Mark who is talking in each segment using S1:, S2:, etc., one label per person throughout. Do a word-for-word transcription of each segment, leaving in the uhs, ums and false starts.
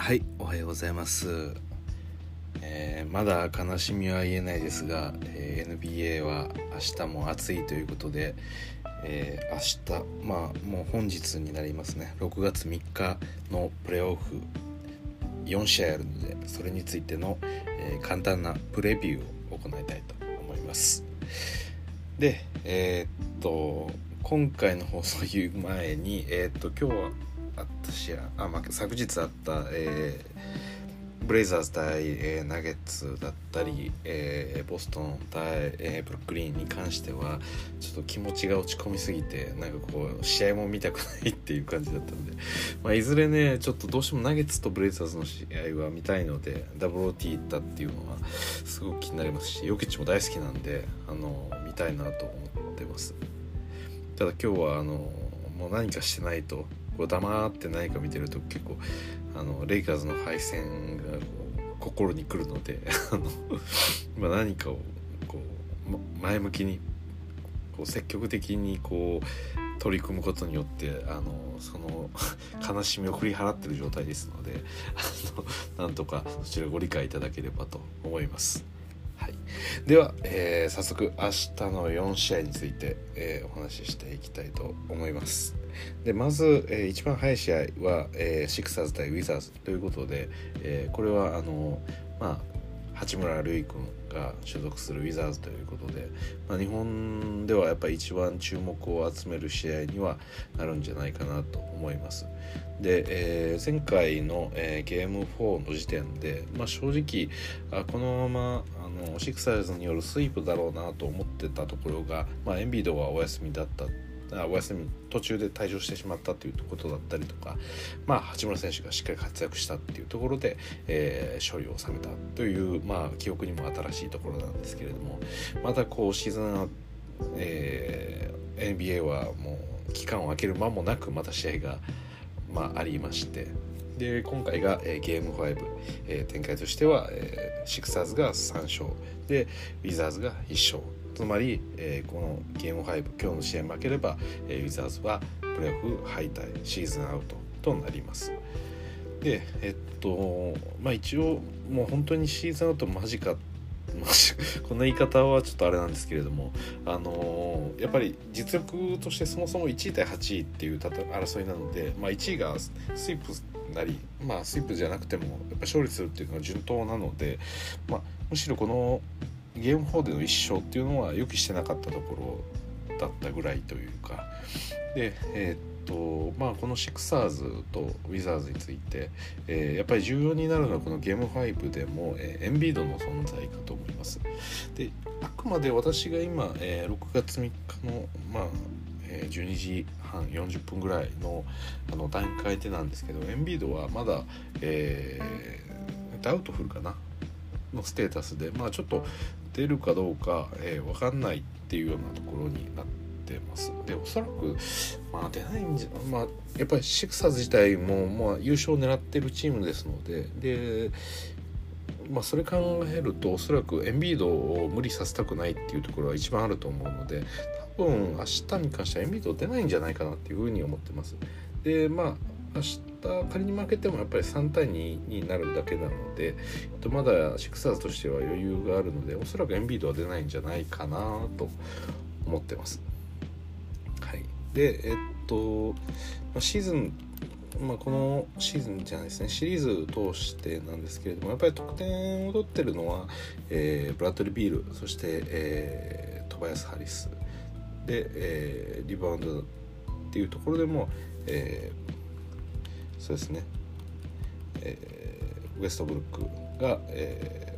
S1: はい、おはようございます。えー、まだ悲しみは言えないですが、えー、エヌビーエー は明日も暑いということで、えー、明日、まあもう本日になりますね、ろくがつみっかのプレーオフよん試合あるので、それについての、えー、簡単なプレビューを行いたいと思います。で、えー、っと今回の放送を言う前に、えー、っと今日はあった試合、あ、まあ、昨日あった、えー、ブレイザーズ対、えー、ナゲッツだったり、えー、ボストン対、えー、ブルックリンに関してはちょっと気持ちが落ち込みすぎて、なんかこう試合も見たくないっていう感じだったんで、まあ、いずれねちょっとどうしてもナゲッツとブレイザーズの試合は見たいので ダブルオーティー 行ったっていうのはすごく気になりますし、ヨキッチも大好きなんであの見たいなと思ってます。ただ今日はあのもう何かしてないと、こう黙って何か見てると結構あのレイカーズの敗戦が心に来るのであの、まあ、何かをこう前向きにこう積極的にこう取り組むことによってあのその悲しみを振り払ってる状態ですので、あのなんとかそちらご理解いただければと思います。はい、では、えー、早速明日のよん試合について、えー、お話ししていきたいと思います。でまず、えー、一番早い試合は、えー、シクサーズ対ウィザーズということで、えー、これはあの、まあ、八村塁君が所属するウィザーズということで、まあ、日本ではやっぱり一番注目を集める試合にはなるんじゃないかなと思います。で、えー、前回の、えー、ゲームフォーの時点で、まあ、正直あこのままあのシクサーズによるスイープだろうなと思ってたところが、まあ、エンビードはお休みだったあお休み途中で退場してしまったということだったりとか、まあ、八村選手がしっかり活躍したっていうところで、えー、勝利を収めたという、まあ、記憶にも新しいところなんですけれども、またこうシーズン、えー、エヌビーエー はもう期間を空ける間もなくまた試合が、まあ、ありまして、で今回が、えー、ゲームご、えー、展開としては、えー、シクサーズがさん勝でウィザーズがいち勝、つまり、えー、このゲームご今日の試合負ければ、えー、ウィザーズはプレーオフ敗退、シーズンアウトとなります。でえっとまあ一応もう本当にシーズンアウト間近こんな言い方はちょっとあれなんですけれども、あのー、やっぱり実力としてそもそもいちい対はちいっていう争いなので、まあ、いちいがスイープなり、まあ、スイープじゃなくてもやっぱ勝利するっていうのが順当なので、まあ、むしろこのゲームよんでのいち勝っていうのは予期してなかったところだったぐらいというかで、えーっとまあ、このシクサーズとウィザーズについて、えー、やっぱり重要になるのはこのゲームごでも、えー、エンビードの存在かと思います。であくまで私が今、えー、ろくがつみっかの、まあえー、じゅうにじはんよんじゅっぷんぐらい の, あの段階でなんですけど、エンビードはまだ、えー、ダウトフルかなのステータスで、まあちょっと出るかどうか、えー、分かんないっていうようなところになってます。でおそらく、まあ、出ないんじゃ、まあ、やっぱりシクサーズ自体も、まあ、優勝を狙ってるチームですので、で、まあ、それ考えるとおそらくエンビードを無理させたくないっていうところは一番あると思うので、多分明日に関してはエンビード出ないんじゃないかなっていうふうに思ってます。でまあ明日仮に負けてもやっぱりさん対にになるだけなので、まだシクサーズとしては余裕があるので、おそらくエンビードは出ないんじゃないかなと思ってます。はい、でえっとシーズン、まあ、このシーズンじゃないですね、シリーズ通してなんですけれども、やっぱり得点を取ってるのは、えー、ブラッドリー・ビール、そして、えー、トバヤス・ハリスで、えー、リバウンドっていうところでも、えーそうですね、えー、ウエストブルックが、え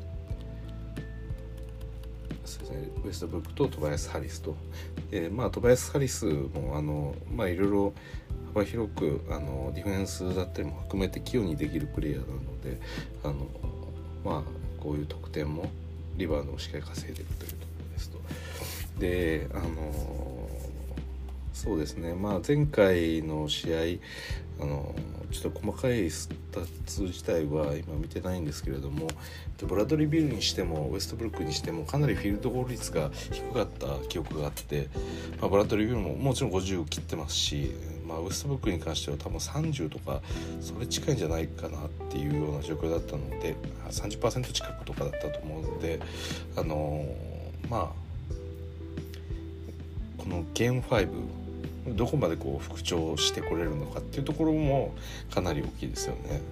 S1: ー、そうですね、ウエストブルックとトバヤス・ハリスと、えー、まあトバヤス・ハリスもあのまあいろいろ幅広くあのディフェンスだったりも含めて器用にできるプレイヤーなので、あのまあこういう得点もリバウンドもしっかり稼いでいるというところですと。であのそうですね、まあ前回の試合あのちょっと細かいスタッツ自体は今見てないんですけれども、ブラッドリー・ビルにしてもウエストブルックにしてもかなりフィールドゴール率が低かった記憶があって、まあ、ブラッドリー・ビルももちろんごじゅう切ってますし、 まあ、ウェストブルックに関しては多分さんじゅうとかそれ近いんじゃないかなっていうような状況だったので さんじゅっパーセント 近くとかだったと思うので、あのー、まあこのゲームファイブどこまでこう復調してこれるのかっていうところもかなり大きいですよね。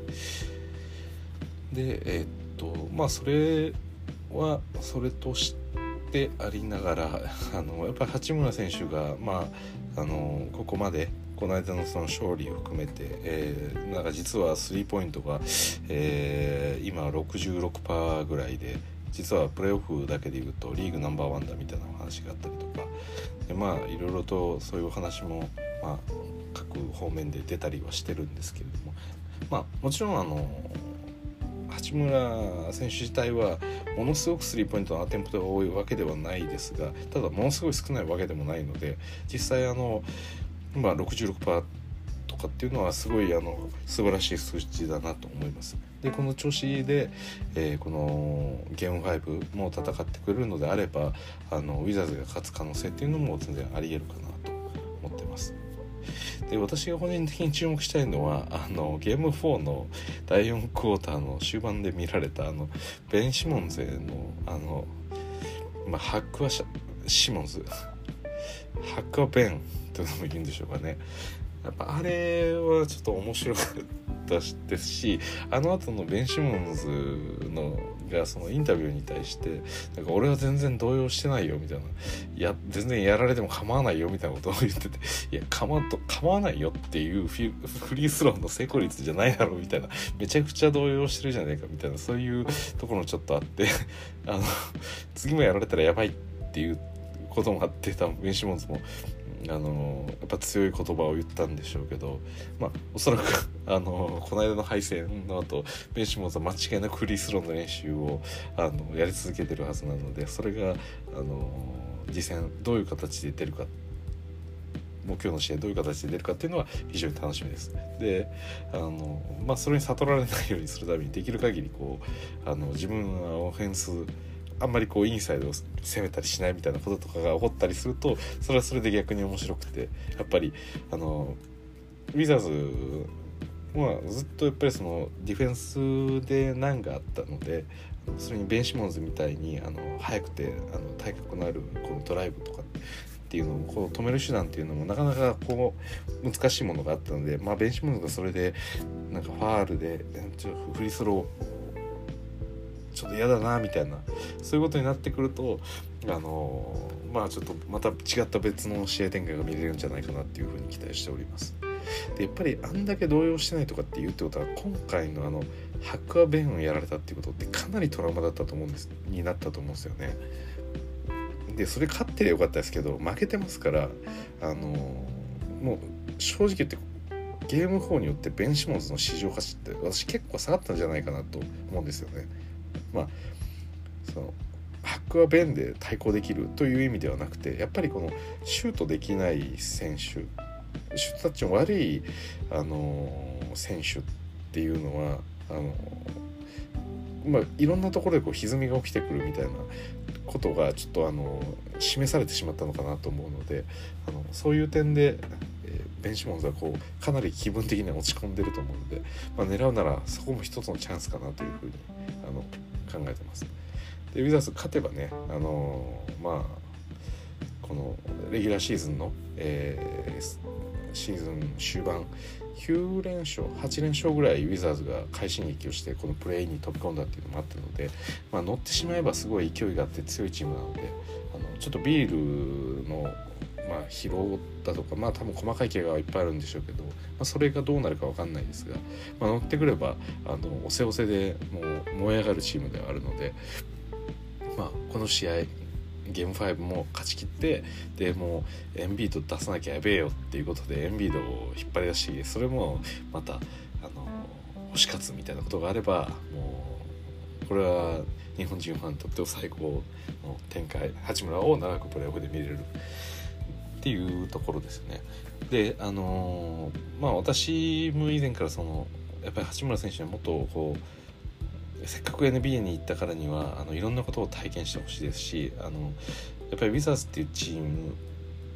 S1: でえー、っとまあそれはそれとしてありながら、あのやっぱり八村選手がまああのここまでこの間のその勝利を含めて、えー、なんか実はスリーポイントが、えー、今 ろくじゅうろくパーセント ぐらいで、実はプレーオフだけでいうとリーグナンバーワンだみたいなお話があったりとかで、まあいろいろとそういうお話も、まあ、各方面で出たりはしてるんですけれども、まあもちろんあの八村選手自体はものすごくスリーポイントのアテンプトが多いわけではないですが、ただものすごい少ないわけでもないので、実際あの、まあ、ろくじゅうろくパーセント とかっていうのはすごいあの素晴らしい数値だなと思います。でこの調子で、えー、このゲームファイブも戦ってくれるのであれば、あのウィザーズが勝つ可能性っていうのも全然あり得るかなと思ってます。で私が個人的に注目したいのはあのゲームフォーのだいよんクォーターの終盤で見られたあのベン・シモンズへのあの、まあ、ハックはシモンズハックはベンというのも言うんでしょうかね。やっぱあれはちょっと面白かったですし、あの後のベン・シモンズのがそのインタビューに対してなんか俺は全然動揺してないよみたいな、いや全然やられても構わないよみたいなことを言ってて、いや構わと構わないよっていうフィフリースローの成功率じゃないだろうみたいな、めちゃくちゃ動揺してるじゃないかみたいな、そういうところもちょっとあってあの次もやられたらやばいっていうこともあって、多分ベン・シモンズもあのやっぱ強い言葉を言ったんでしょうけど、まあおそらくあのこの間の敗戦の後ベン・シモンズは間違いなくフリースローの練習をあのやり続けてるはずなので、それがあの実戦どういう形で出るか、もう今日の試合どういう形で出るかっていうのは非常に楽しみです。であの、まあ、それに悟られないようにするためにできる限りこうあの自分はオフェンスあんまりこうインサイドを攻めたりしないみたいなこととかが起こったりすると、それはそれで逆に面白くて、やっぱりあのウィザーズはずっとやっぱりそのディフェンスで難があったので、それにベン・シモンズみたいにあの速くてあの体格のあるこのドライブとかっていうのをこう止める手段っていうのもなかなかこう難しいものがあったので、まあ、ベン・シモンズがそれでなんかファールでちょっとフリースローちょっと嫌だなみたいな、そういうことになってくるとあのまあちょっとまた違った別の試合展開が見れるんじゃないかなっていうふうに期待しております。でやっぱりあんだけ動揺してないとかっていうってことは、今回のあのハックアベンをやられたっていうことってかなりトラウマだったと思うんですになったと思うんですよね。でそれ勝ってりゃよかったですけど、負けてますから、あのもう正直言ってゲームフォーによってベン・シモンズの市場価値って私結構下がったんじゃないかなと思うんですよね。まあそのハックはベンで対抗できるという意味ではなくて、やっぱりこのシュートできない選手、シュートタッチの悪い、あのー、選手っていうのはあのー、まあいろんなところでこう歪みが起きてくるみたいなことがちょっとあの示されてしまったのかなと思うので、あのそういう点で、えー、ベン・シモンズはこうかなり気分的には落ち込んでると思うので、まあ、狙うならそこも一つのチャンスかなというふうにあの考えてます。でウィザーズ勝てばね、あのー、まあこのレギュラーシーズンの、えー、シーズン終盤きゅうれんしょうはちれんしょうぐらいウィザーズが快進撃をしてこのプレーに飛び込んだっていうのもあったので、まあ、乗ってしまえばすごい勢いがあって強いチームなので、あのちょっとビールの、まあ、疲労だとか、まあ多分細かい怪我はいっぱいあるんでしょうけど、まあ、それがどうなるか分かんないですが、まあ、乗ってくればあのおせおせでもう燃え上がるチームではあるので、まあ、この試合ゲームファイブも勝ち切って、でもうエンビード出さなきゃやべえよっていうことでエンビードを引っ張り出し、それもまたあの欲し勝つみたいなことがあれば、もうこれは日本人ファンにとっては最高の展開、八村を長くプレーオフで見れるっていうところですね。であのまあ私も以前からそのやっぱり八村選手にもっとこうせっかく エヌビーエー に行ったからにはあのいろんなことを体験してほしいですし、あのやっぱりウィザーズっていうチーム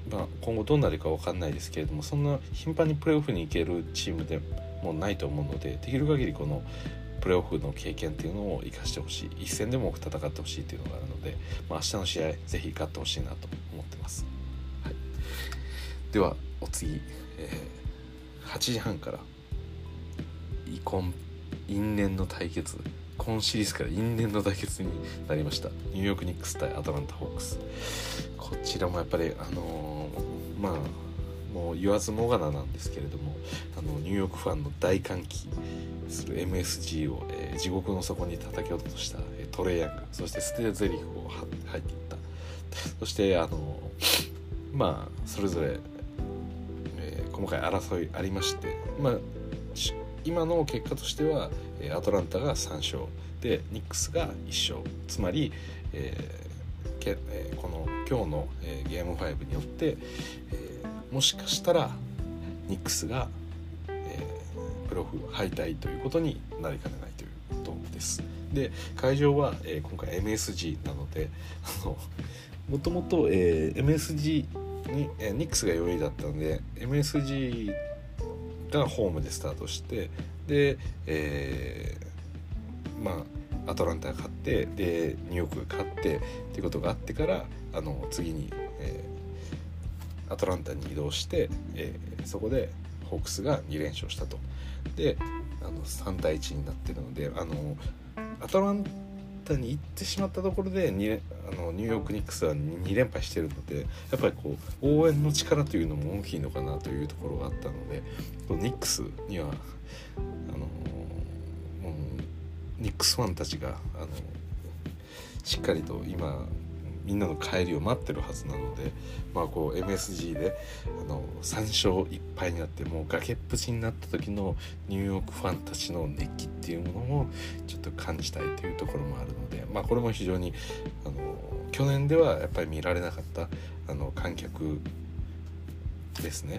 S1: まあ、今後どうなるか分かんないですけれども、そんな頻繁にプレーオフに行けるチームでもないと思うので、できる限りこのプレーオフの経験っていうのを生かしてほしい、一戦でも多く戦ってほしいっていうのがあるので、まあ、明日の試合ぜひ勝ってほしいなと思ってます、はい、ではお次、えー、はちじはんからイコン因縁の対決、今シリーズから因縁の対決になりました。ニューヨークニックス対アトランタホークス、こちらもやっぱりあのー、まあもう言わずもがななんですけれども、あのニューヨークファンの大歓喜する エムエスジー を、えー、地獄の底に叩き落とした、えー、トレイヤング、そしてステゼリフを入っていった、そしてあのー、まあそれぞれ、えー、細かい争いありまして、まあ今の結果としてはアトランタがさん勝でニックスがいち勝、つまり、えーけえー、この今日の、えー、ゲームごによって、えー、もしかしたらニックスが、えー、プレーオフ敗退ということになりかねないということです。で会場は、えー、今回 エムエスジー なので、あのもともと、えー、エムエスジー に、えー、ニックスがよんいだったので エムエスジーがホームでスタートして、で、えー、まあアトランタが勝ってでニューヨークが勝ってっていうことがあってから、あの次に、えー、アトランタに移動して、えー、そこでホークスがに連勝したと。であのさん対いちになってるので、あのアトランタに行ってしまったところでにあのニューヨークニックスはに連敗しているので、やっぱりこう応援の力というのも大きいのかなというところがあったので、このニックスにはあのもうニックスファンたちがあのしっかりと今みんなの帰りを待ってるはずなので、まあ、こう エムエスジー であのさん勝いっ敗になってもう崖っぷちになった時のニューヨークファンたちの熱気っていうものをちょっと感じたいというところもあるので、まあ、これも非常にあの去年ではやっぱり見られなかったあの観客ですね。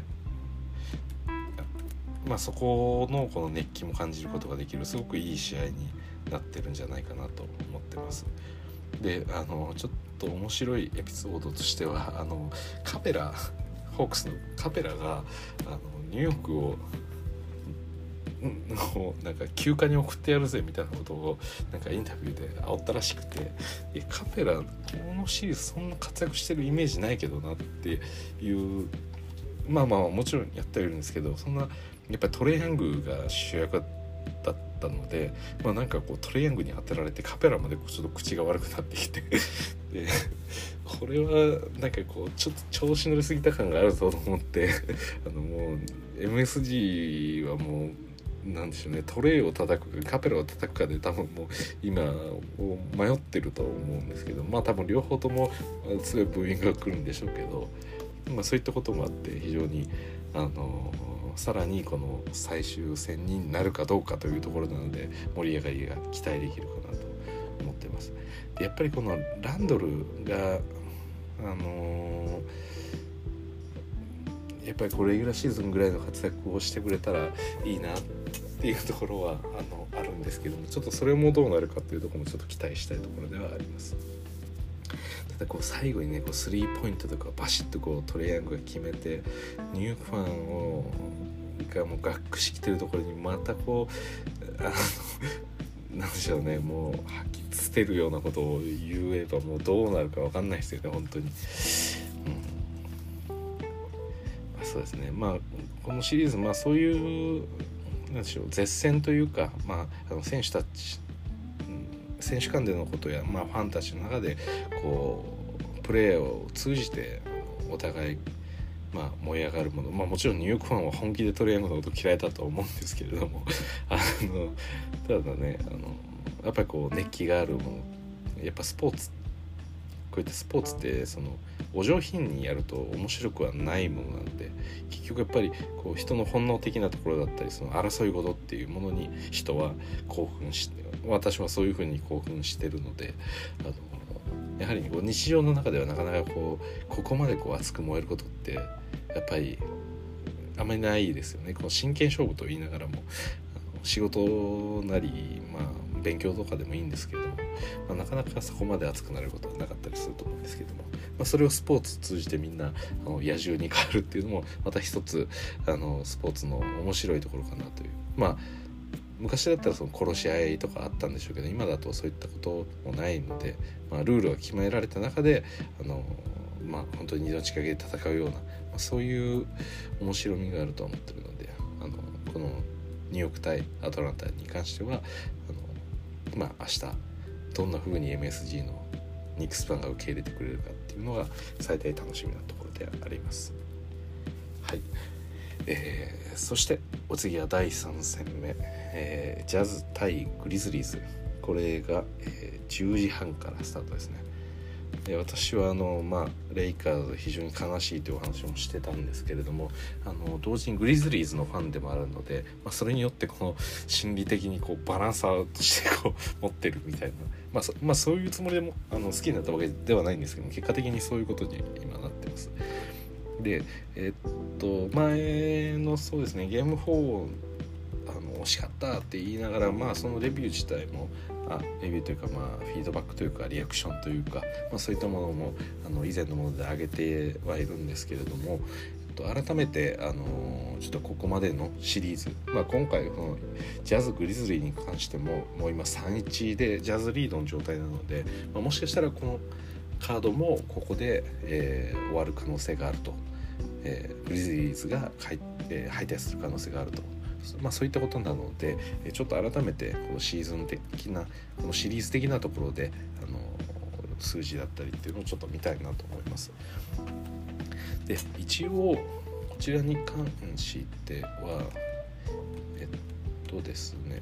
S1: まあ、そこのこの熱気も感じることができるすごくいい試合になってるんじゃないかなと思ってます。であのちょっと面白いエピソードとしては、あのカペラホークスのカペラがあのニューヨークをなんか休暇に送ってやるぜみたいなことをなんかインタビューで煽ったらしくて、えカペラこのシリーズそんな活躍してるイメージないけどなっていう、まあまあもちろんやってはいるんですけど、そんなやっぱりトレイヤングが主役だったので、まあなんかこうトレイヤングに当てられてカペラまでちょっと口が悪くなってきてでこれはなんかこうちょっと調子乗りすぎた感があるぞと思ってあのもう エムエスジー はもうなんでしょうね、トレイを叩くかカペラを叩くかで多分もう今迷ってると思うんですけど、まあ多分両方とも強いブーイングが来るんでしょうけど、まあそういったこともあって非常にあのさらにこの最終戦になるかどうかというところなので盛り上がりが期待できるかなと思ってます。でやっぱりこのランドルがあのー、やっぱりこれレギュラーシーズンぐらいの活躍をしてくれたらいいなっていうところはあのあるんですけども、ちょっとそれもどうなるかっていうところもちょっと期待したいところではあります。ただこう最後にねこうスリーポイントとかバシッとこうトレイヤングが決めてニューヨークファンをがもうがっくしきてるところにまたこうあのなんでしょうね、もう吐き捨てるようなことを言えばもうどうなるか分かんないですよね本当に、うん、まあ、そうですね、まあこのシリーズまあそういうなんでしょう絶戦というか、まあ、あの選手たち選手間でのことや、まあ、ファンたちの中でこうプレーを通じてお互い、まあ、燃え上がるもの、まあ、もちろんニューヨークファンは本気でトレーヤングのこと嫌いだと思うんですけれどもあのただねあのやっぱりこう熱気があるもの、やっぱスポーツこういったスポーツってそのお上品にやると面白くはないものなので、結局やっぱりこう人の本能的なところだったりその争い事っていうものに人は興奮して、私はそういうふうに興奮してるので、あのやはりこう日常の中ではなかなかこうここまでこう熱く燃えることってやっぱりあまりないですよね。この真剣勝負と言いながらも仕事なり、まあ、 勉強とかでもいいんですけれども、まあ、なかなかそこまで熱くなることはなかったりすると思うんですけども、まあ、それをスポーツ通じてみんなあの野獣に変わるっていうのもまた一つあのスポーツの面白いところかなという。まあ昔だったらその殺し合いとかあったんでしょうけど、今だとそういったこともないので、まあ、ルールが決められた中であの、まあ、本当に命かけで戦うような、まあ、そういう面白みがあると思ってるので、あのこのニューヨーク対アトランタに関してはあの、まあ、明日どんな風に エムエスジー のニックスパンが受け入れてくれるかっていうのが最大楽しみなところであります。はい、えー、そしてお次はだいさん戦目、えー、ジャズ対グリズリーズ、これが、えー、じゅうじはんからスタートですね。で私はあの、まあ、レイカーズ非常に悲しいというお話もしてたんですけれども、あの同時にグリズリーズのファンでもあるので、まあ、それによってこの心理的にこうバランスアウトしてこう持ってるみたいな、まあそまあ、そういうつもりでもあの好きになったわけではないんですけども、結果的にそういうことに今なってます。でえっと前のそうですねゲームフォーあの惜しかったって言いながら、まあそのレビュー自体もあレビューというか、まあフィードバックというかリアクションというか、まあ、そういったものもあの以前のもので上げてはいるんですけれども、改めてあのちょっとここまでのシリーズ、まあ、今回このジャズグリズリーに関してももう今 さんたいいち でジャズリードの状態なので、まあ、もしかしたらこのカードもここで、えー、終わる可能性があると、えー、グリズリーズが敗、えー、敗退する可能性があると、まあ、そういったことなのでちょっと改めてこのシーズン的なこのシリーズ的なところであの数字だったりっていうのをちょっと見たいなと思います。で一応こちらに関してはえっとですね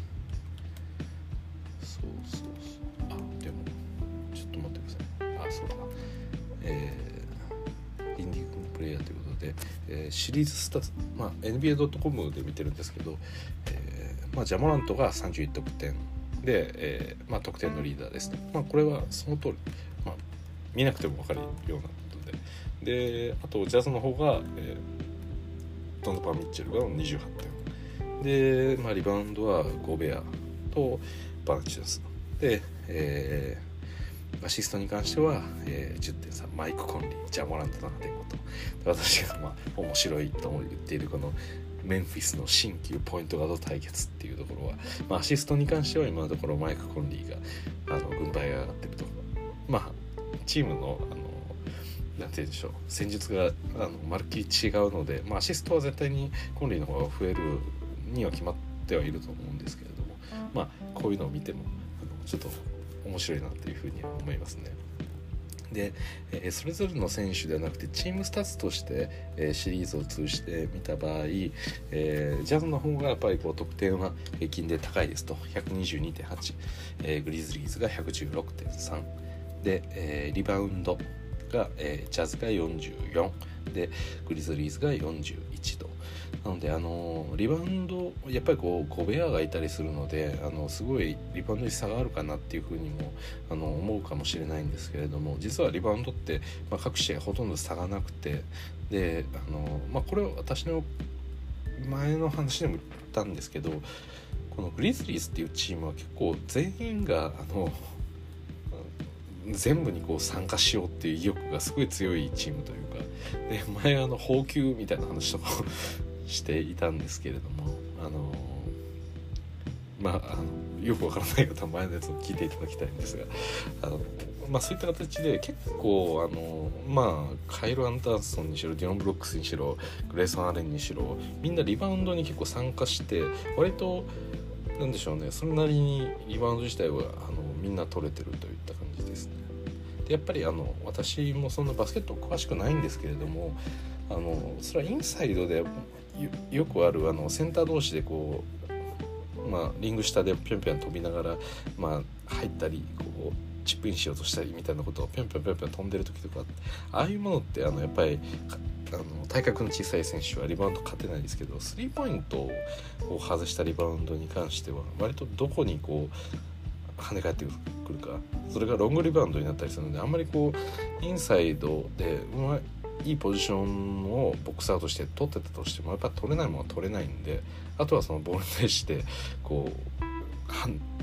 S1: そうそうそうあでもちょっと待ってください。あそうだえー、インディーグプレイヤーということで、えー、シリーズスタッツ、まあ、エヌビーエードットコム で見てるんですけど、えーまあ、ジャモラントがさんじゅういち得点で、えーまあ、得点のリーダーですね。まあ、これはその通り、まあ、見なくても分かるようなことで、であとジャズの方が、えー、ドノバン・ミッチェルがにじゅうはってんで、まあ、リバウンドはゴベアとバランチュスで、えー、アシストに関しては、えー、じゅってんさんマイク・コンリー、ジャモラント ななてんご と、私が、まあ、面白いと言っているこのメンフィスの新旧ポイントガード対決っていうところは、まあ、アシストに関しては今のところマイク・コンリーがあの軍配が上がってると、まあチームのあのなんて言うんでしょう戦術があのまるっきり違うので、まあ、アシストは絶対にコンリーの方が増えるには決まってはいると思うんですけれども、まあこういうのを見てもあのちょっと面白いなというふうには思いますね。で、えー、それぞれの選手ではなくてチームスタッツとして、えー、シリーズを通じて見た場合、えー、ジャズの方がやっぱりこう得点は平均で高いですと ひゃくにじゅうにてんはち、えー、グリズリーズが ひゃくじゅうろくてんさん で、えー、リバウンドが、えー、ジャズがよんじゅうよんでグリズリーズがよんじゅういちと、なのであのリバウンドやっぱりこうゴベアがいたりするのであのすごいリバウンドに差があるかなっていうふうにもあの思うかもしれないんですけれども、実はリバウンドって、まあ、各試合ほとんど差がなくて、であの、まあ、これは私の前の話でも言ったんですけど、このグリズリーズっていうチームは結構全員があの全部にこう参加しようっていう意欲がすごい強いチームというか、で前あの放球みたいな話とかしていたんですけれども、あのまあ、あのよくわからない方は前のやつを聞いていただきたいんですが、あの、まあ、そういった形で結構あの、まあ、カイル・アンダーソンにしろディロン・ブロックスにしろグレイソン・アレンにしろみんなリバウンドに結構参加して割となんでしょうね、それなりにリバウンド自体はあのみんな取れてるといった感じですね。でやっぱりあの私もそんなバスケット詳しくないんですけれども、あのそれはインサイドで よ, よくあるあのセンター同士でこう、まあ、リング下でぴょんぴょん飛びながら、まあ、入ったりこうチップインしようとしたりみたいなことをぴょんぴょんぴょんぴょん飛んでる時とか、ああいうものってあのやっぱりあの体格の小さい選手はリバウンド勝てないですけど、スリーポイントを外したリバウンドに関しては割とどこにこう跳ね返ってくるか、それがロングリバウンドになったりするので、あんまりこうインサイドでうまいいいポジションをボックスアウトして取ってたとしてもやっぱ取れないものは取れないんで、あとはそのボールに対してこう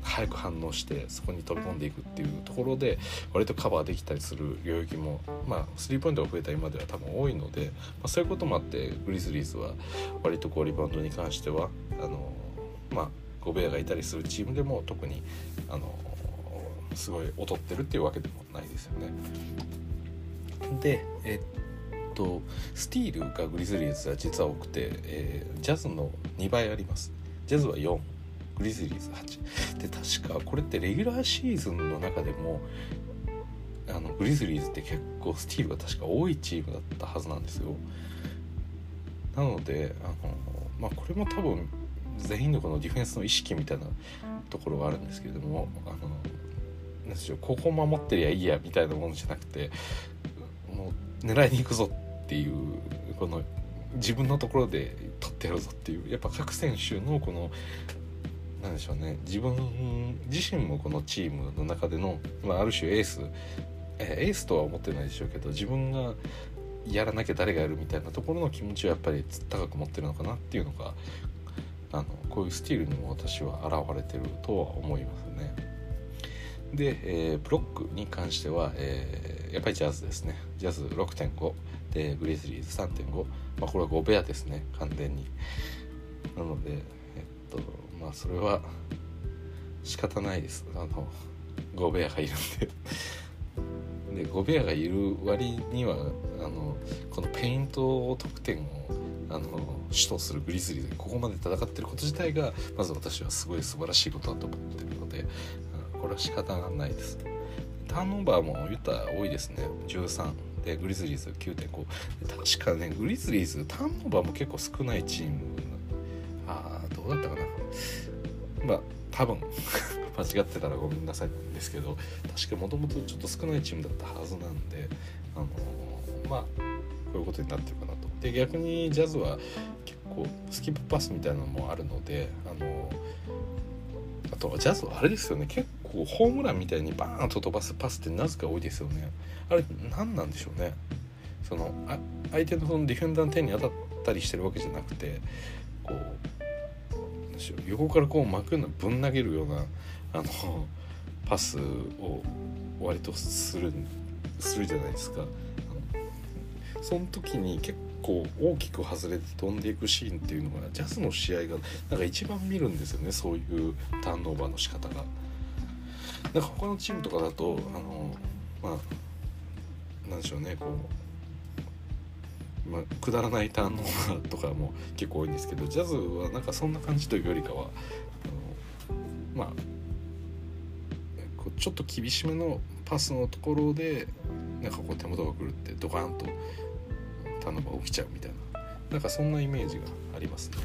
S1: 早く反応してそこに飛び込んでいくっていうところで割とカバーできたりする領域も、まあスリーポイントが増えた今では多分多いので、まあ、そういうこともあってグリズリーズは割とこうリバウンドに関してはあのまあゴベアがいたりするチームでも特にあのすごい劣ってるっていうわけでもないですよね。でえっとスティールがグリズリーズは実は多くて、えー、ジャズのにばいあります。ジャズはよん、グリズリーズはちで、確かこれってレギュラーシーズンの中でもあのグリズリーズって結構スティールが確か多いチームだったはずなんですよ。なのであの、まあ、これも多分全員のこのディフェンスの意識みたいなところがあるんですけれども、あのなんでしょう、ここ守ってりゃいいやみたいなものじゃなくて、もう狙いに行くぞっていう、この自分のところで取ってやるぞっていう、やっぱ各選手のこのなんでしょうね、自分自身もこのチームの中での、まあ、ある種エースエースとは思ってないでしょうけど、自分がやらなきゃ誰がやるみたいなところの気持ちをやっぱり高く持ってるのかなっていうのが、あのこういうスティールにも私は現れてるとは思いますね。で、えー、ブロックに関しては、えー、やっぱりジャズですね。ジャズ ろくてんご でグリズリーズ さんてんご、まあ、これはゴベアですね、完全に。なので、えっとまあそれは仕方ないです。あのゴベアがいるんででゴベアがいる割にはあのこのペイント得点をあの主導するグリズリーズでここまで戦っていること自体がまず私はすごい素晴らしいことだと思っているので、これは仕方がないです。ターンオーバーも言ったら多いですね。じゅうさんでグリズリーズ きゅうてんご、 確かねグリズリーズターンオーバーも結構少ないチーム、あーどうだったかな、まあ多分間違ってたらごめんなさいなんですけど、確かもともとちょっと少ないチームだったはずなんで、あのー、まあこういうことになってるかなと。で逆にジャズは結構スキップパスみたいなのもあるので、あのー、あとはジャズはあれですよね、結構ホームランみたいにバーンと飛ばすパスってなぜか多いですよね。あれ何なんでしょうね。そのあ相手のそのディフェンダーの手に当たったりしてるわけじゃなくて、こう横からこう巻くようなぶん投げるようなあのパスを割とするするじゃないですか。あのその時に結構大きく外れて飛んでいくシーンっていうのがジャズの試合がなんか一番見るんですよね。そういうターンオーバーの仕方が。なんか他のチームとかだとあのまあなんでしょうね、こうまあ、くだらないターンオーバーとかも結構多いんですけど、ジャズはなんかそんな感じというよりかはあのまあこうちょっと厳しめのパスのところでなんかこう手元が狂ってドカーンとターンオーバー起きちゃうみたいな、なんかそんなイメージがありますね。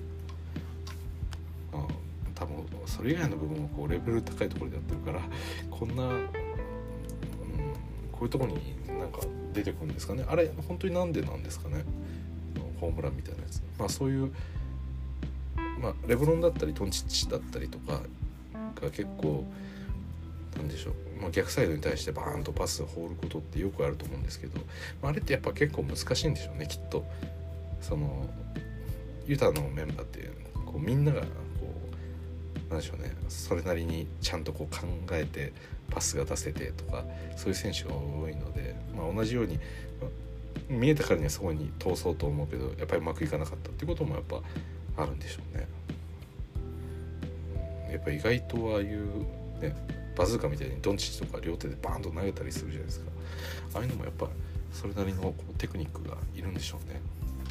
S1: あ多分それ以外の部分はこうレベル高いところでやってるから、こんな、うん、こういうところになんか出てくるんですかね。あれ本当になんでなんですかね、ホームランみたいなやつ。まあそういう、まあ、レブロンだったりトンチッチだったりとかが結構なんでしょう、まあ、逆サイドに対してバーンとパスを放ることってよくあると思うんですけど、まあ、あれってやっぱ結構難しいんでしょうね、きっと。そのユタのメンバーってこうみんながこうなんでしょうね、それなりにちゃんとこう考えてパスが出せてとかそういう選手が多いので、まあ、同じように、まあ、見えたからにはそこに通そうと思うけどやっぱりうまくいかなかったっていうこともやっぱあるんでしょうね。やっぱ意外とああいうねバズーカみたいにドンチッチとか両手でバーンと投げたりするじゃないですか。ああいうのもやっぱそれなりのこうテクニックがいるんでしょうね。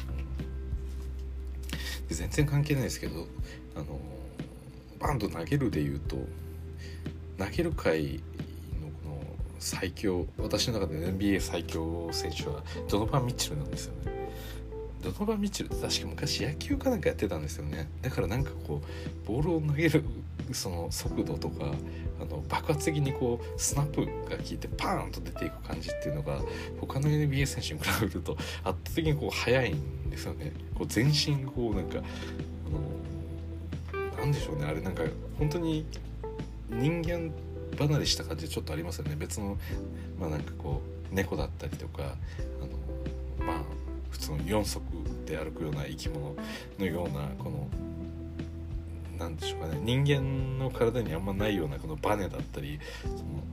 S1: うん、で全然関係ないですけど、あのバーンと投げるでいうと投げる界のこの最強、私の中で エヌビーエー 最強選手はドノバン・ミッチェルなんですよね。ドノバン・ミッチェルって確か昔野球かなんかやってたんですよね。だからなんかこうボールを投げるその速度とかあの爆発的にこうスナップが効いてパーンと出ていく感じっていうのが他の エヌビーエー 選手に比べると圧倒的にこう速いんですよね。こう全身こうなんかあのなんでしょうね、あれなんか本当に人間離れした感じでちょっとありますよね。別のまあなんかこう猫だったりとかあのまあ普通のよん足で歩くような生き物のようなこのなんでしょうかね、人間の体にあんまないようなこのバネだったり、そ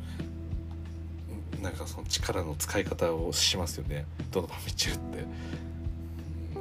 S1: のなんかその力の使い方をしますよね、ドノバン・ミッチェルって。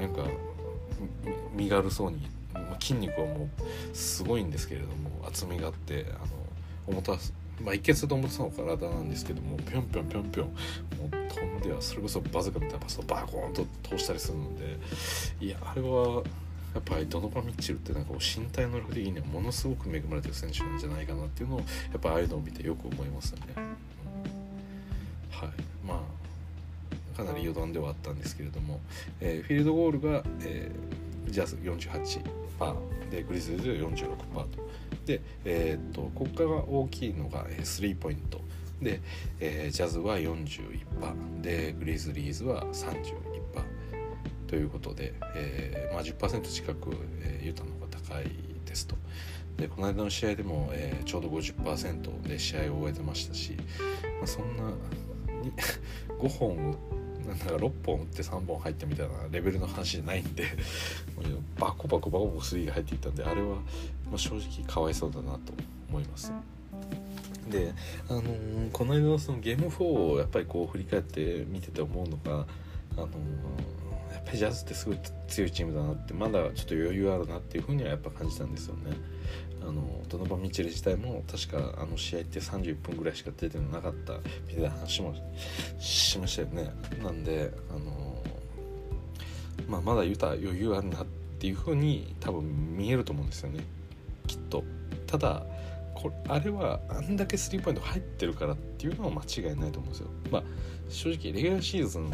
S1: なんか身軽そうに、筋肉はもうすごいんですけれども、厚みがあって、あの重たす、まあ、一見すると重たそうな体なんですけども、ぴょんぴょんぴょんぴょんもう飛んではそれこそバズーカみたいなパスをバコーンと通したりするので、いやあれはやっぱりドノバン・ミッチェルってなんか身体能力的にはものすごく恵まれてる選手なんじゃないかなっていうのをやっぱああいうのを見てよく思いますよね、うん、はい。まあかなり余談ではあったんですけれども、えー、フィールドゴールが、えー、ジャズ よんじゅうはちパーセント でグリズリーズ よんじゅうろくパーセント とで、えー、っとここから大きいのがスリーポイントで、えー、ジャズは よんじゅういちパーセント でグリズリーズは さんじゅういちパーセントということで、えーまあ、じゅっパーセント 近く、えー、ユタの方が高いですと。でこの間の試合でも、えー、ちょうど ごじゅっパーセント で試合を終えてましたし、まあ、そんなにごほんなんかろっぽん打ってさんぼん入ったみたいなレベルの話じゃないんでバコバコバコバコスリーが入っていったんで、あれは、まあ、正直かわいそうだなと思います。で、あのー、この間のそのゲームフォーをやっぱりこう振り返って見てて思うのが、あのー、やっぱりジャズってすごい強いチームだなって、まだちょっと余裕あるなっていうふうにはやっぱ感じたんですよね。あのドノバン・ミッチェル自体も確かあの試合ってさんじゅっぷんぐらいしか出てなかったみたいな話もしましたよね。なんで、あのーまあ、まだユタ余裕あるなっていうふうに多分見えると思うんですよね、きっと。ただこれあれはあんだけスリーポイント入ってるからっていうのは間違いないと思うんですよ。まあ正直レギュラーシーズン、うん、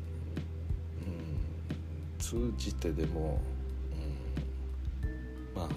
S1: 通じてでも、うん、まあ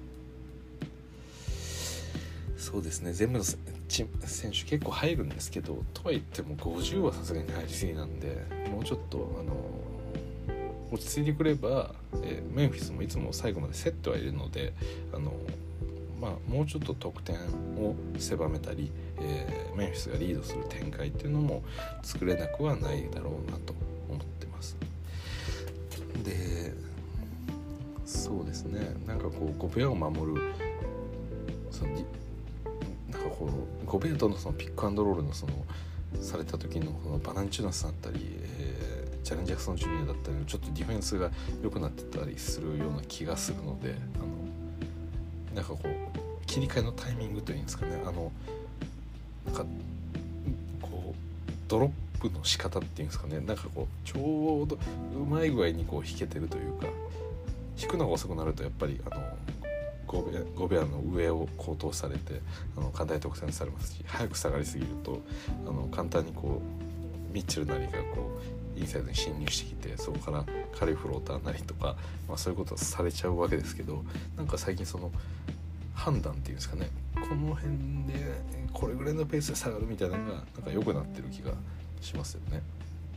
S1: そうですね、全部の選手結構入るんですけど、とは言ってもごじゅうはさすがに入りすぎなんで、もうちょっとあの落ち着いてくれば、えー、メンフィスもいつも最後まで競ってはいるので、あのまあ、もうちょっと得点を狭めたり、えー、メンフィスがリードする展開っていうのも作れなくはないだろうなと思ってます。で、そうですね、なんかこうゴベアを守るそのなんかこうゴベアとのそのピックアンドロールのそのされた時のこのバナンチュナスだったり、えー、ジャレン・ジャクソン・ジュニアだったり、ちょっとディフェンスが良くなってたりするような気がするので、あのなんかこう切り替えのタイミングというんですかね、あのなんかこうドロップの仕方っていうんですかね、なんかこうちょうどうまい具合にこう弾けてるというか、弾くのが遅くなるとやっぱりあのゴベア、ゴベアの上を高騰されてあの簡単に得点されますし、早く下がりすぎるとあの簡単にこうミッチェルなりがこうインサイドに侵入してきて、そこから軽いフローターなりとか、まあ、そういうことされちゃうわけですけど、なんか最近その判断っていうんですかね、この辺でこれぐらいのペースで下がるみたいなのがなんか良くなってる気がしますよね。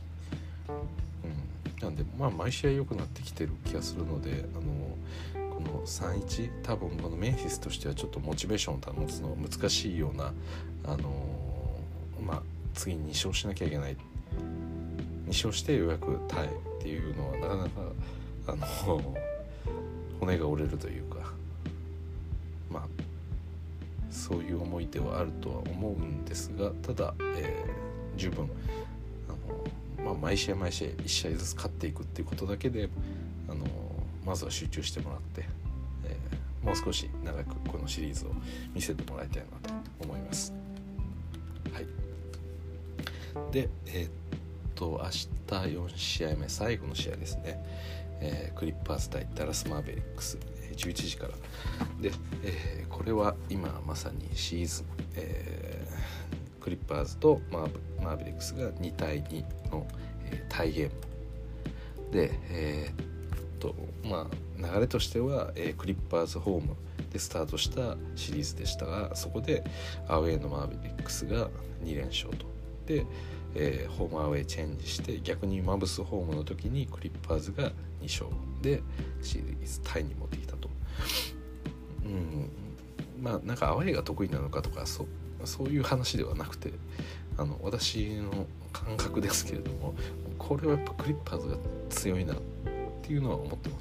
S1: うん、なんでまあ毎試合良くなってきてる気がするので、あのこの さんたいいち 多分このメンフィスとしてはちょっとモチベーションを保つのが難しいような、あのまあ次にに勝しなきゃいけない、に勝してようやくタイっていうのはなかなかあの骨が折れるというか、まあそういう思いではあるとは思うんですが、ただ、えー、十分あの、まあ、毎試合毎試合いち試合ずつ勝っていくっていうことだけであのまずは集中してもらって、えー、もう少し長くこのシリーズを見せてもらいたいなと思います。はい。で、えー、っと明日よん試合目、最後の試合ですね、えー、クリッパーズ対ダラスマーベリックス、じゅういちじからで、えー、これは今まさにシーズン、えー、クリッパーズとマーブ、マーベリックスがにたいにの、えー、タイゲームで、えー、っとまあ流れとしては、えー、クリッパーズホームでスタートしたシリーズでしたが、そこでアウェーのマーベリックスがに連勝とで、えー、ホームアウェーチェンジして逆にマブスホームの時にクリッパーズがに勝でシリーズタイに持ってきたと。うん、まあなんかアウェーが得意なのかとかそそういう話ではなくて、あの私の感覚ですけれども、これはやっぱクリッパーズが強いなっていうのは思ってます。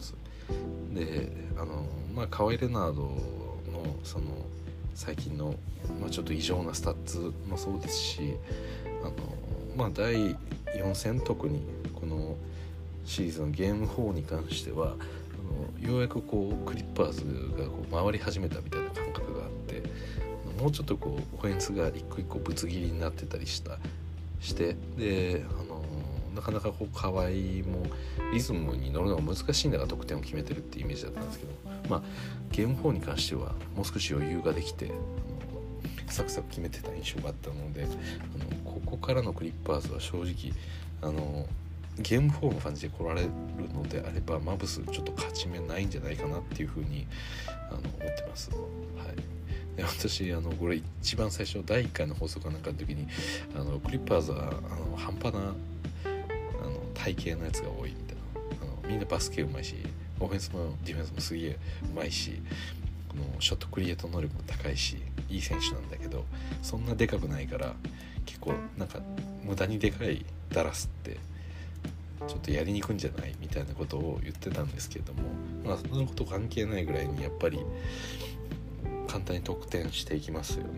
S1: であのまあカワイ・レナードのその最近の、まあ、ちょっと異常なスタッツもそうですし、あのまあだいよん戦特にこのシリーズのゲームよんに関してはあのようやくこうクリッパーズがこう回り始めたみたいな感覚があって、もうちょっとこうオフェンスが一個一個ぶつ切りになってたりしたしてであのなかなかこう河合もリズムに乗るのが難しいんだが得点を決めてるっていうイメージだったんですけど、まあゲームよんに関してはもう少し余裕ができてサクサク決めてた印象があったので、あのここからのクリッパーズは正直あのゲームよんの感じで来られるのであればマブスちょっと勝ち目ないんじゃないかなっていうふうにあの思ってます。はい、で私あのこれ一番最初だいいっかいの放送かなんかの時にあのクリッパーズはあの半端なあの体型のやつが多いみたいな、あのみんなバスケうまいしオフェンスもディフェンスもすげえうまいし、このショットクリエイト能力も高いしいい選手なんだけど、そんなでかくないから結構なんか無駄にでかいダラスってちょっとやりにくいんじゃないみたいなことを言ってたんですけれども、まあそんなこと関係ないぐらいにやっぱり簡単に得点していきますよね。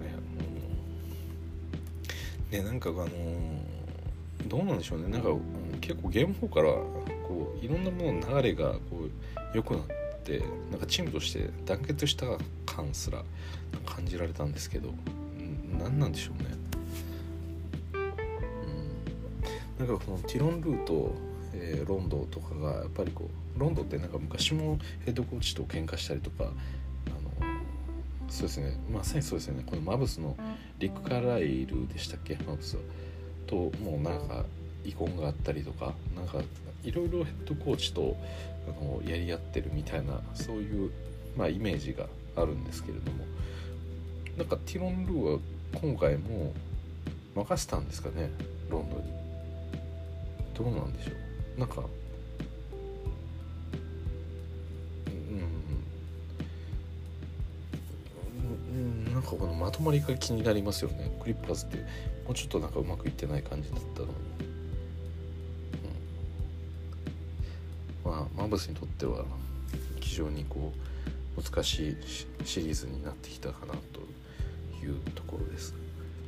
S1: うん、でなんかあのー、どうなんでしょうね、なんか、うん、結構ゲームよんからこういろんなものの流れがこう良くなってなんかチームとして団結した感すら感じられたんですけど、うん、何なんでしょうね。うん、なんかこのティロン・ルーとえー、ロンドとかがやっぱりこうロンドってなんか昔もヘッドコーチと喧嘩したりとか、あのそうですね、まさにそうですよね、このマブスのリック・カーライルでしたっけ、マブスともうなんか遺恨があったりとか、なんかいろいろヘッドコーチとあのやり合ってるみたいなそういう、まあ、イメージがあるんですけれども、なんかティロン・ルーは今回も任せたんですかね、ロンドに。どうなんでしょう。なんか、うん、なんかこのまとまりが気になりますよね。クリッパーズってもうちょっとなんかうまくいってない感じだったのに、うん、まあマブスにとっては非常にこう難しいシリーズになってきたかなというところです。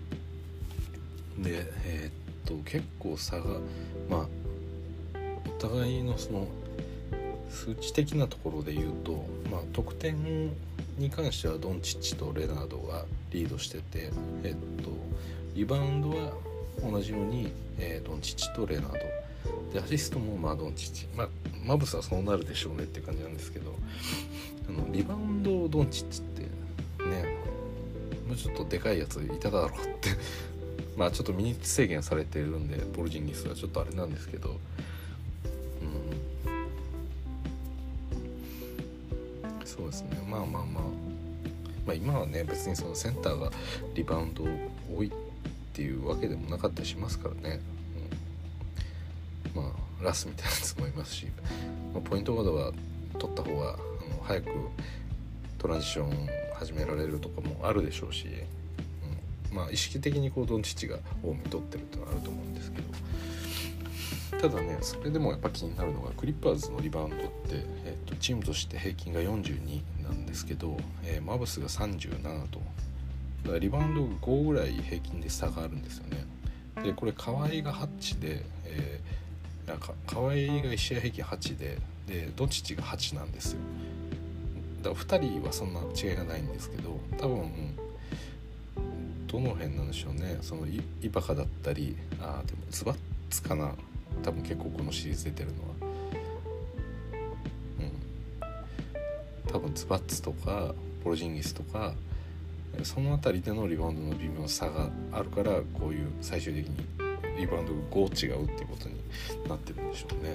S1: で、えー、っと結構差がまあお互いのその数値的なところで言うと、まあ、得点に関してはドンチッチとレナードがリードしてて、えっと、リバウンドは同じように、えー、ドンチッチとレナードで、アシストもまあドンチッチ、まあ、マブスはそうなるでしょうねっていう感じなんですけど、あのリバウンドドンチッチってね、もうちょっとでかいやついただろうってまあちょっとミニッツ制限されてるんでポルジンギスはちょっとあれなんですけど、そうですね、まあまあまあ、まあ、今はね別にそのセンターがリバウンド多いっていうわけでもなかったりしますからね、うん、まあラスみたいなやつもいますし、まあ、ポイントガードは取った方があの早くトランジション始められるとかもあるでしょうし、うん、まあ意識的にこうドンチッチが多め取ってるっていうのはあると思うんですけど、ただねそれでもやっぱ気になるのがクリッパーズのリバウンドって、えー、とチームとして平均がよんじゅうになんですけど、えー、マブスがさんじゅうななと、だからリバウンドがごぐらい平均で差があるんですよね。でこれ河合がはちで、えー、なんか河合がいち試合平均はちででドンチッチがはちなんですよ。だからふたりはそんな違いがないんですけど、多分どの辺なんでしょうね、そのイバカだったり、あでもズバッツかな、多分結構このシリーズ出てるのは、うん、多分ズバッツとかポルジンギスとかそのあたりでのリバウンドの微妙さがあるから、こういう最終的にリバウンドがご違うっていうことになってるんでしょうね、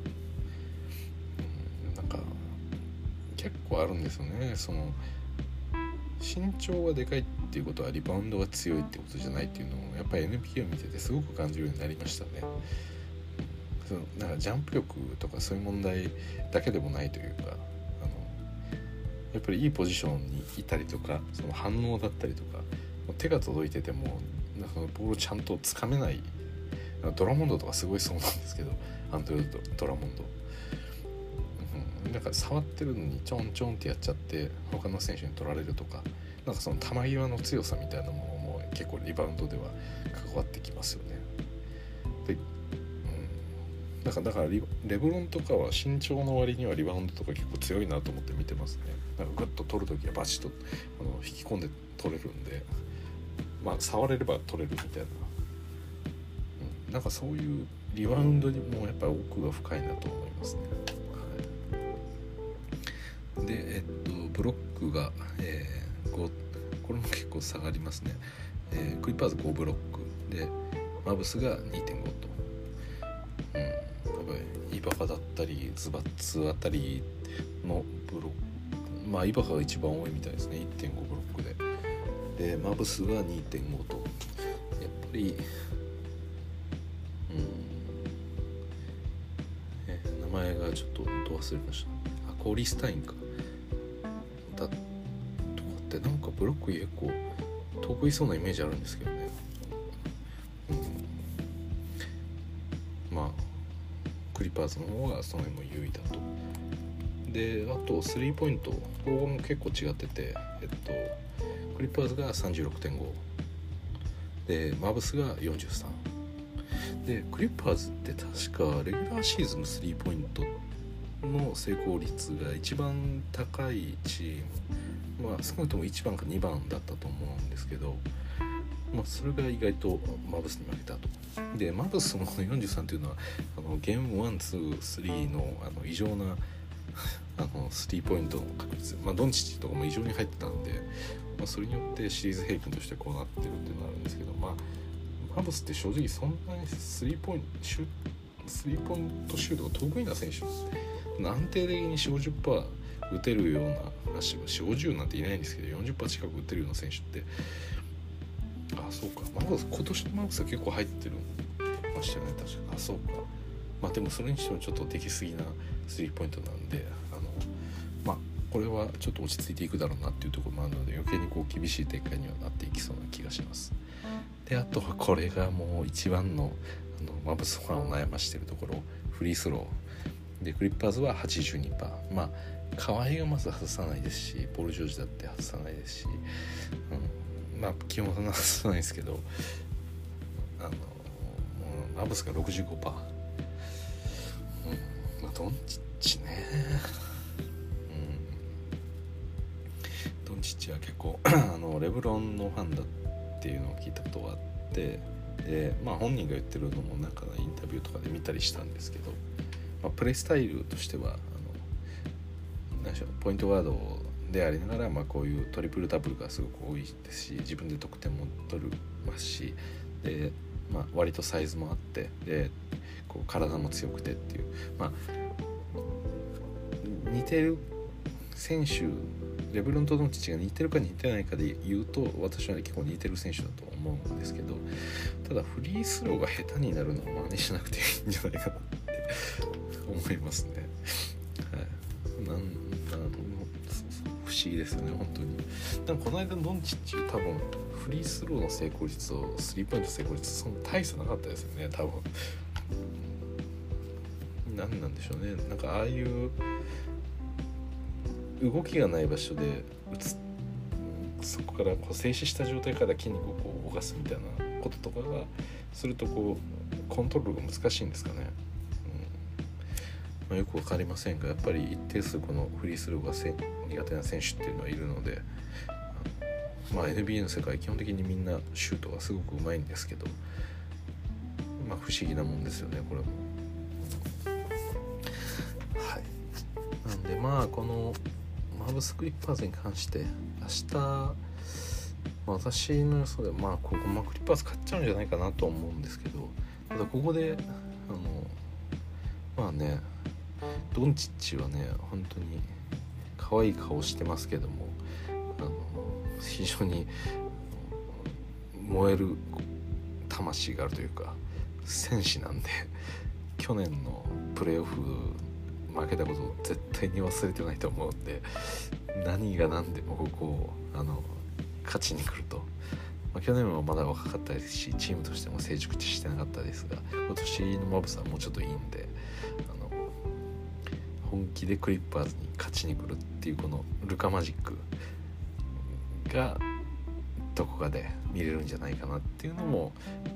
S1: うん、なんか結構あるんですよね。その身長がでかいっていうことはリバウンドが強いってことじゃないっていうのをやっぱり エヌビーエー を見ててすごく感じるようになりましたね。そのなんかジャンプ力とかそういう問題だけでもないというか、あのやっぱりいいポジションにいたりとか、その反応だったりとか、手が届いててもなんかボールをちゃんとつかめない、ドラモンドとかすごいそうなんですけど、アンドレ・ドラモンド、うん、 なんか触ってるのにちょんちょんってやっちゃって他の選手に取られるとか、なんかその球際の強さみたいなものも結構リバウンドでは関わってきますよね。で、うん、だからだからレブロンとかは身長の割にはリバウンドとか結構強いなと思って見てますね。なんかグッと取るときはバチッとあの引き込んで取れるんで、まあ触れれば取れるみたいな、うん、なんかそういうリバウンドにもやっぱり奥が深いなと思いますね。はい、で、えっとブロックが、えー、ごこれも結構下がりますね。えー、クリッパーズごブロックでマブスが にてんご と、うん、やっぱりイバカだったりズバッツあたりのブロック、まあイバカが一番多いみたいですね。 いってんご ブロックででマブスが にてんご と、やっぱり、うんえー、名前がちょっと忘れました。あ、コーリー・スタインかだとかってなんかブロック結構得意そうなイメージあるんですけどね、うん、まあクリッパーズの方がその辺も優位だと。であとスリーポイント、ここも結構違ってて、えっとクリッパーズが さんじゅうろくてんご でマブスがよんじゅうさんで、クリッパーズって確かレギュラーシーズンのスリーポイントの成功率が一番高いチーム、まあ少なくともいちばんかにばんだったと思うんですけど、まあ、それが意外とマブスに負けたと。でマブスのよんじゅうさんというのはあのゲームワン、ツー、スリーのあの異常なあのスリーポイントの確率、まあ、ドンチッチとかも異常に入ってたんで、まあ、それによってシリーズ平均としてこうなってるっていうのがあるんですけど、まあマブスって正直そんなにスリーポイントシュスリーポイントシュートが得意な選手安定的に よんじゅう、ごじゅっパーセント 打てるような、よんじゅう、ごじゅうなんていないんですけど よんじゅっパーセント 近く打てるような選手って、あ、そうか、マブス今年のマブスは結構入ってるましたよね、確か。あ、そうか。まあでもそれにしてもちょっとできすぎなスリーポイントなんで、あのまあこれはちょっと落ち着いていくだろうなっていうところもあるので、余計にこう厳しい展開にはなっていきそうな気がします。であとはこれがもう一番の、あのマブスファンを悩ましているところ、フリースローでクリッパーズは はちじゅうにパーセント、まあ河合がまず外さないですし、ポール・ジョージだって外さないですし、うん、まあ基本外さないですけど、あのマブスが ろくじゅうごパーセント、うん、まあドンチッチね、うん、ドンチッチは結構あのレブロンのファンだっていうのを聞いたことがあって、でまあ本人が言ってるのもなんかインタビューとかで見たりしたんですけど、まあ、プレースタイルとしてはあの何でしょう、ポイントガードでありながら、まあ、こういうトリプルダブルがすごく多いですし、自分で得点も取りますし、で、まあ、割とサイズもあって、でこう体も強くてっていう、まあ、似てる選手、レブロンとドンチッチが似てるか似てないかで言うと、私は結構似てる選手だと思うんですけど、ただフリースローが下手になるのを真似しなくていいんじゃないかなって思いますね。はい、なんなん不思議ですよね本当に。でもこの間のドンチッチ多分フリースローの成功率とスリーポイント成功率そんな大差なかったですよね多分。何なんでしょうね、なんかああいう動きがない場所で打つ、そこからこう静止した状態から筋肉をこう動かすみたいなこととかがするとこうコントロールが難しいんですかね、うんまあ、よく分かりませんが、やっぱり一定数このフリースローが苦手な選手っていうのはいるので、まあ、エヌビーエー の世界基本的にみんなシュートがすごくうまいんですけど、まあ、不思議なもんですよねこれも。はい、なんでまあこのマブスクリッパーズに関して明日、まあ、私の予想でまあここ、まあ、クリッパーズ勝っちゃうんじゃないかなと思うんですけど、ただここであのまあねドンチッチはね本当に可愛い顔してますけども、あの非常に燃える魂があるというか戦士なんで、去年のプレーオフ負けたことを絶対に忘れてないと思うんで、何が何でもここをあの勝ちに来ると、まあ、去年はまだ若かったですしチームとしても成熟してなかったですが、今年のマブスはもうちょっといいんで、あの本気でクリッパーズに勝ちに来るっていうこのルカマジックがどこかで見れるんじゃないかなっていうのも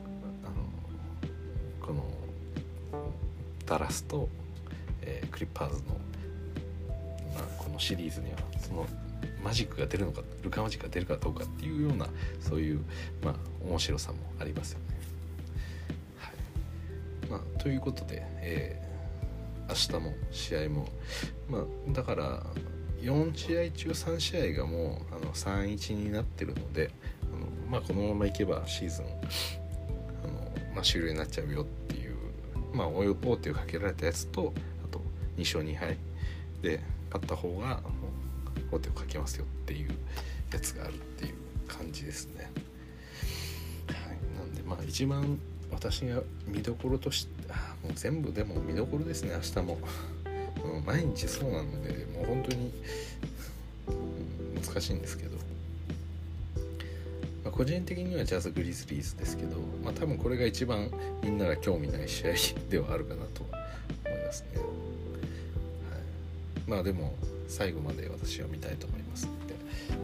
S1: あのこのダラスと、えー、クリッパーズの、まあ、このシリーズにはそのマジックが出るのかルカマジックが出るかどうかっていうようなそういう、まあ、面白さもありますよね。はい、まあ、ということで、えー、明日も試合も、まあ、だからよん試合中さん試合がもうあの さんたいいち になってるので、あの、まあ、このままいけばシーズンあの、まあ、終了になっちゃうよっていう、まあ、大手をかけられたやつとあとに勝に敗で勝った方がもう大手をかけますよっていうやつがあるっていう感じですね。はい、なんでまあ一番私が見どころとしてあもう全部でも見どころですね。明日も毎日そうなのでもう本当に、うん、難しいんですけど、まあ、個人的にはジャズグリズリーズですけど、まあ、多分これが一番みんなが興味ない試合ではあるかなと思いますね。はい、まあでも最後まで私は見たいと思いますので、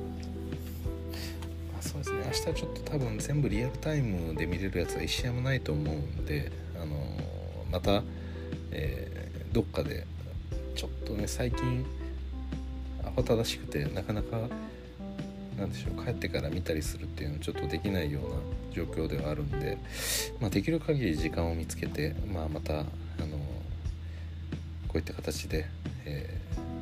S1: まあ、そうですね。明日ちょっと多分全部リアルタイムで見れるやつは一試合もないと思うんで、あのー、また、えー、どっかでちょっとね最近慌ただしくてなかなかなんでしょう帰ってから見たりするっていうのはちょっとできないような状況ではあるんで、まあ、できる限り時間を見つけて、まあ、またあのこういった形で、え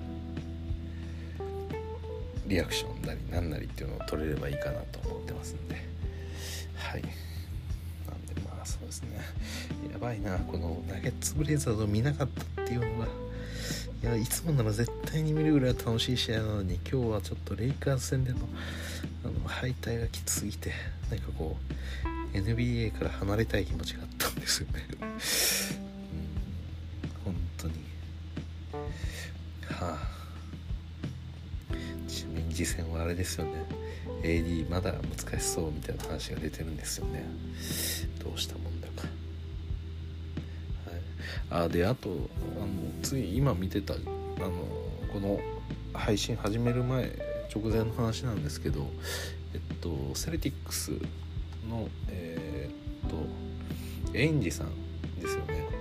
S1: ー、リアクションなりなんなりっていうのを取れればいいかなと思ってますんで、はい。なんでまあそうですね。やばいなこのナゲッツブレイザーズを見なかったっていうのが。いやいつもなら絶対に見るぐらい楽しい試合なのに今日はちょっとレイカーズ戦での、あの敗退がきつすぎてなんかこう エヌビーエー から離れたい気持ちがあったんですよねうん本当にはあちなみに次戦はあれですよね エーディー まだ難しそうみたいな話が出てるんですよね。どうしたもんだか。あであとあのつい今見てたあのこの配信始める前直前の話なんですけど、えっとセルティックスのえー、っとエインジさんですよね。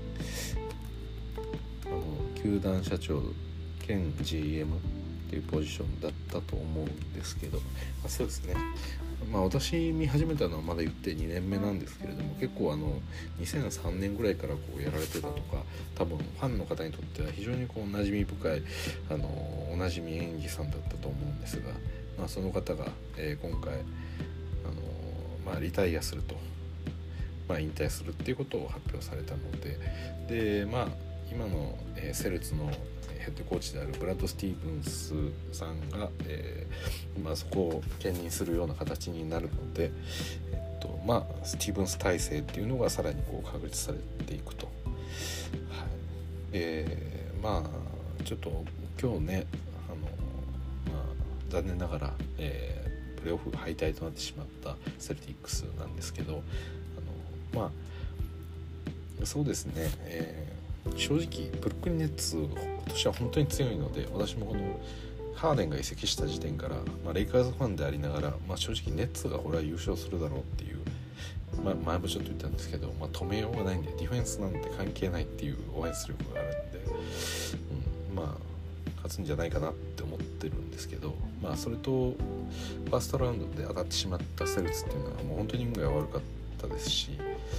S1: あの球団社長兼 ジーエム っていうポジションだったと思うんですけど、まあ、そうですね。まあ私見始めたのはまだ言ってにねんめなんですけれども、結構あのにせんさんねんぐらいからこうやられてたとか、多分ファンの方にとっては非常にこう馴染み深いあのおなじみ演技さんだったと思うんですが、まあ、その方が、えー、今回あの、まあ、リタイアすると、まあ、引退するっていうことを発表されたので、でまあ今の、えー、セルツのヘッドコーチであるブラッド・スティーブンスさんが、えーまあ、そこを兼任するような形になるので、えっとまあ、スティーブンス体制っていうのがさらにこう確立されていくと、はい、でまあちょっと今日ねあの、まあ、残念ながら、えー、プレーオフ敗退となってしまったセルティックスなんですけど、あのまあそうですね、えー正直ブルックリンネッツ今年は本当に強いので、私もこのハーデンが移籍した時点から、まあ、レイカーズファンでありながら、まあ、正直ネッツがこれは優勝するだろうっていう、まあ、前もちょっと言ったんですけど、まあ、止めようがないんでディフェンスなんて関係ないっていうオフェンス力があるんで、うん、まあ勝つんじゃないかなって思ってるんですけど、まあそれとファーストラウンドで当たってしまったセルツっていうのはもう本当に運が悪かったですし、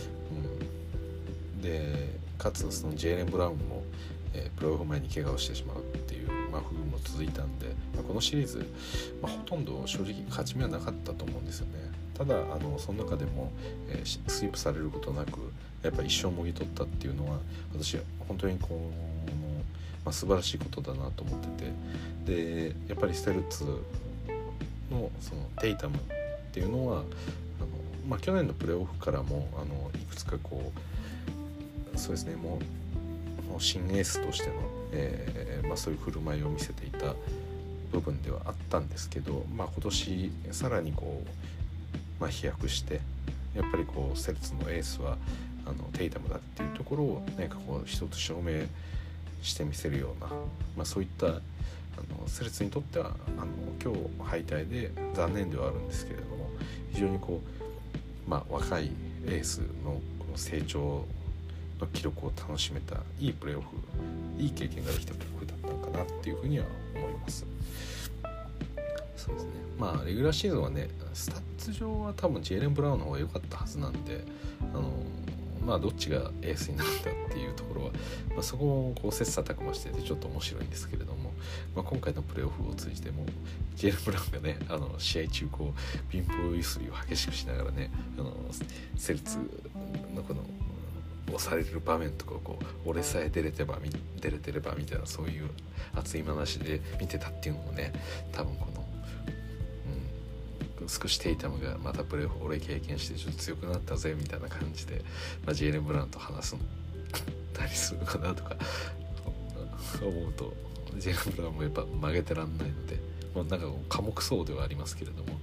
S1: うん、でかつそのジェイレン・ブラウンも、えー、プレーオフ前に怪我をしてしまうっていう、まあ、不運も続いたんで、まあ、このシリーズ、まあ、ほとんど正直勝ち目はなかったと思うんですよね。ただあのその中でも、えー、スイープされることなくやっぱり一生もぎ取ったっていうのは私は本当にこう、まあ、素晴らしいことだなと思ってて、でやっぱりステルツのそのテイタムっていうのはあの、まあ、去年のプレーオフからもあのいくつかこうそうですねもう、もう新エースとしての、えーまあ、そういう振る舞いを見せていた部分ではあったんですけど、まあ、今年さらにこう、まあ、飛躍してやっぱりこうセルツのエースはあのテイタムだっていうところを何かこう一つ証明してみせるような、まあ、そういったあのセルツにとってはあの今日敗退で残念ではあるんですけれども、非常にこう、まあ、若いエースのこの成長の記録を楽しめたいいプレーオフ、いい経験ができたプレーオフだったのかなっていうふうには思います。そうですね、まあレギュラーシーズンはね、スタッツ上は多分ジェイレン・ブラウンの方が良かったはずなんで、あのまあどっちがエースになったっていうところは、まあ、そこもこう切磋琢磨しててちょっと面白いんですけれども、まあ、今回のプレーオフを通じてもジェイレン・ブラウンがね、あの試合中こう貧乏ゆすりを激しくしながらね、あのセルツのこの押される場面とかをこう俺さえ出れてば出れてればみたいな、そういう熱い話で見てたっていうのもね、多分この、うん、少しテイタムがまたプレーオフ俺経験してちょっと強くなったぜみたいな感じで、まあ、ジェイレン・ブラウンと話すたりするのかなとか思うと、ジェイレン・ブラウンもやっぱ曲げてらんないので、まあ、なんか寡黙そうではありますけれども、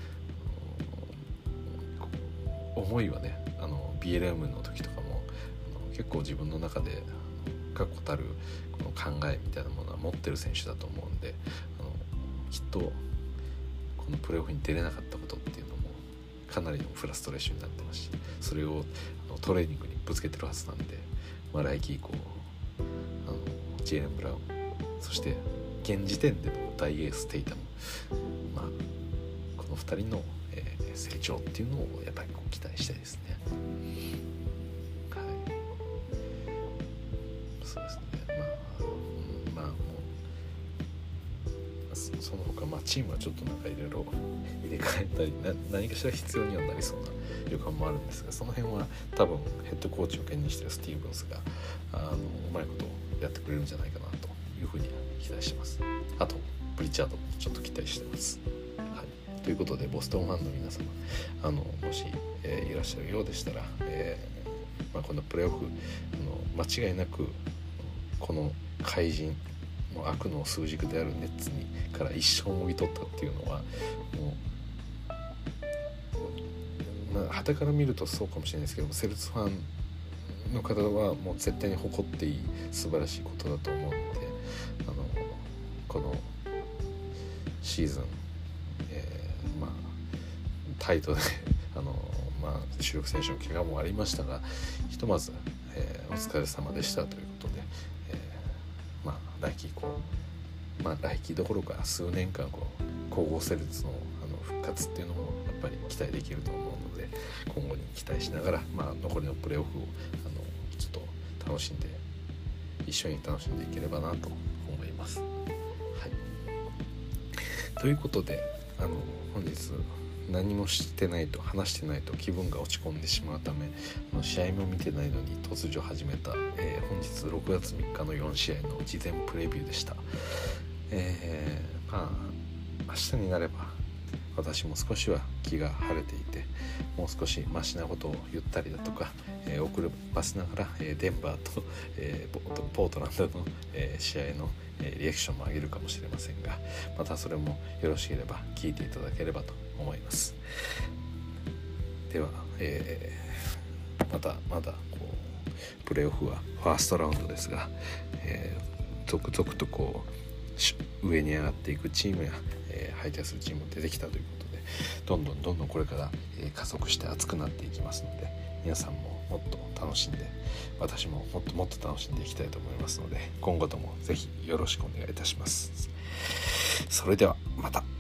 S1: 思いはね、あの ビーエルエム の時とかも結構自分の中で確固たるこの考えみたいなものは持ってる選手だと思うんで、あのきっとこのプレーオフに出れなかったことっていうのもかなりのフラストレーションになってますし、それをあのトレーニングにぶつけてるはずなんで、まあ、来季以降あのジェイレン・ブラウン、そして現時点での大エーステイタム、まあ、このふたりの、えー、成長っていうのをやっぱりこう期待したいですね。そうですね、まあ、まあもうその他、まあ、チームはちょっとなんかいろいろ入れ替えたりな何かしら必要にはなりそうな予感もあるんですが、その辺は多分ヘッドコーチを兼任しているスティーブンスがあのうまいことをやってくれるんじゃないかなというふうに期待してます。あとブリチャードもちょっと期待してます、はい、ということでボストンファンの皆様、あのもし、えー、いらっしゃるようでしたら、えーまあ、このプレーオフの間違いなくこの怪人の悪の数軸であるネッツにから一生もぎ取ったっていうのはもう、まあ傍から見るとそうかもしれないですけども、セルツファンの方はもう絶対に誇っていい素晴らしいことだと思うので、あのこのシーズン、えー、まあタイトであの、まあ、主力選手の怪我もありましたが、ひとまず、えー、お疲れ様でしたということで、まあ、来季以降、まあ、来季どころか数年間こう光合セルツの、あの復活っていうのもやっぱり期待できると思うので、今後に期待しながら、まあ、残りのプレーオフをあのちょっと楽しんで一緒に楽しんでいければなと思います。はい、ということであの本日何もしてないと話してないと気分が落ち込んでしまうため、あの試合も見てないのに突如始めた、えー、本日ろくがつみっかのよんしあいの事前プレビューでした。えー、まあ明日になれば私も少しは気が晴れていて、もう少しマシなことを言ったりだとか、えー、遅ればせながら、えー、デンバーと、えー、ポートランドの、えー、試合の、えー、リアクションも上げるかもしれませんが、またそれもよろしければ聞いていただければと思います。では、えー、またまだこうプレーオフはファーストラウンドですが、えー、続々とこう上に上がっていくチームや、えー、敗退するチームも出てきたということで、どんどんどんどんこれから、えー、加速して熱くなっていきますので、皆さんももっと楽しんで、私ももっともっと楽しんでいきたいと思いますので、今後ともぜひよろしくお願いいたします。それではまた。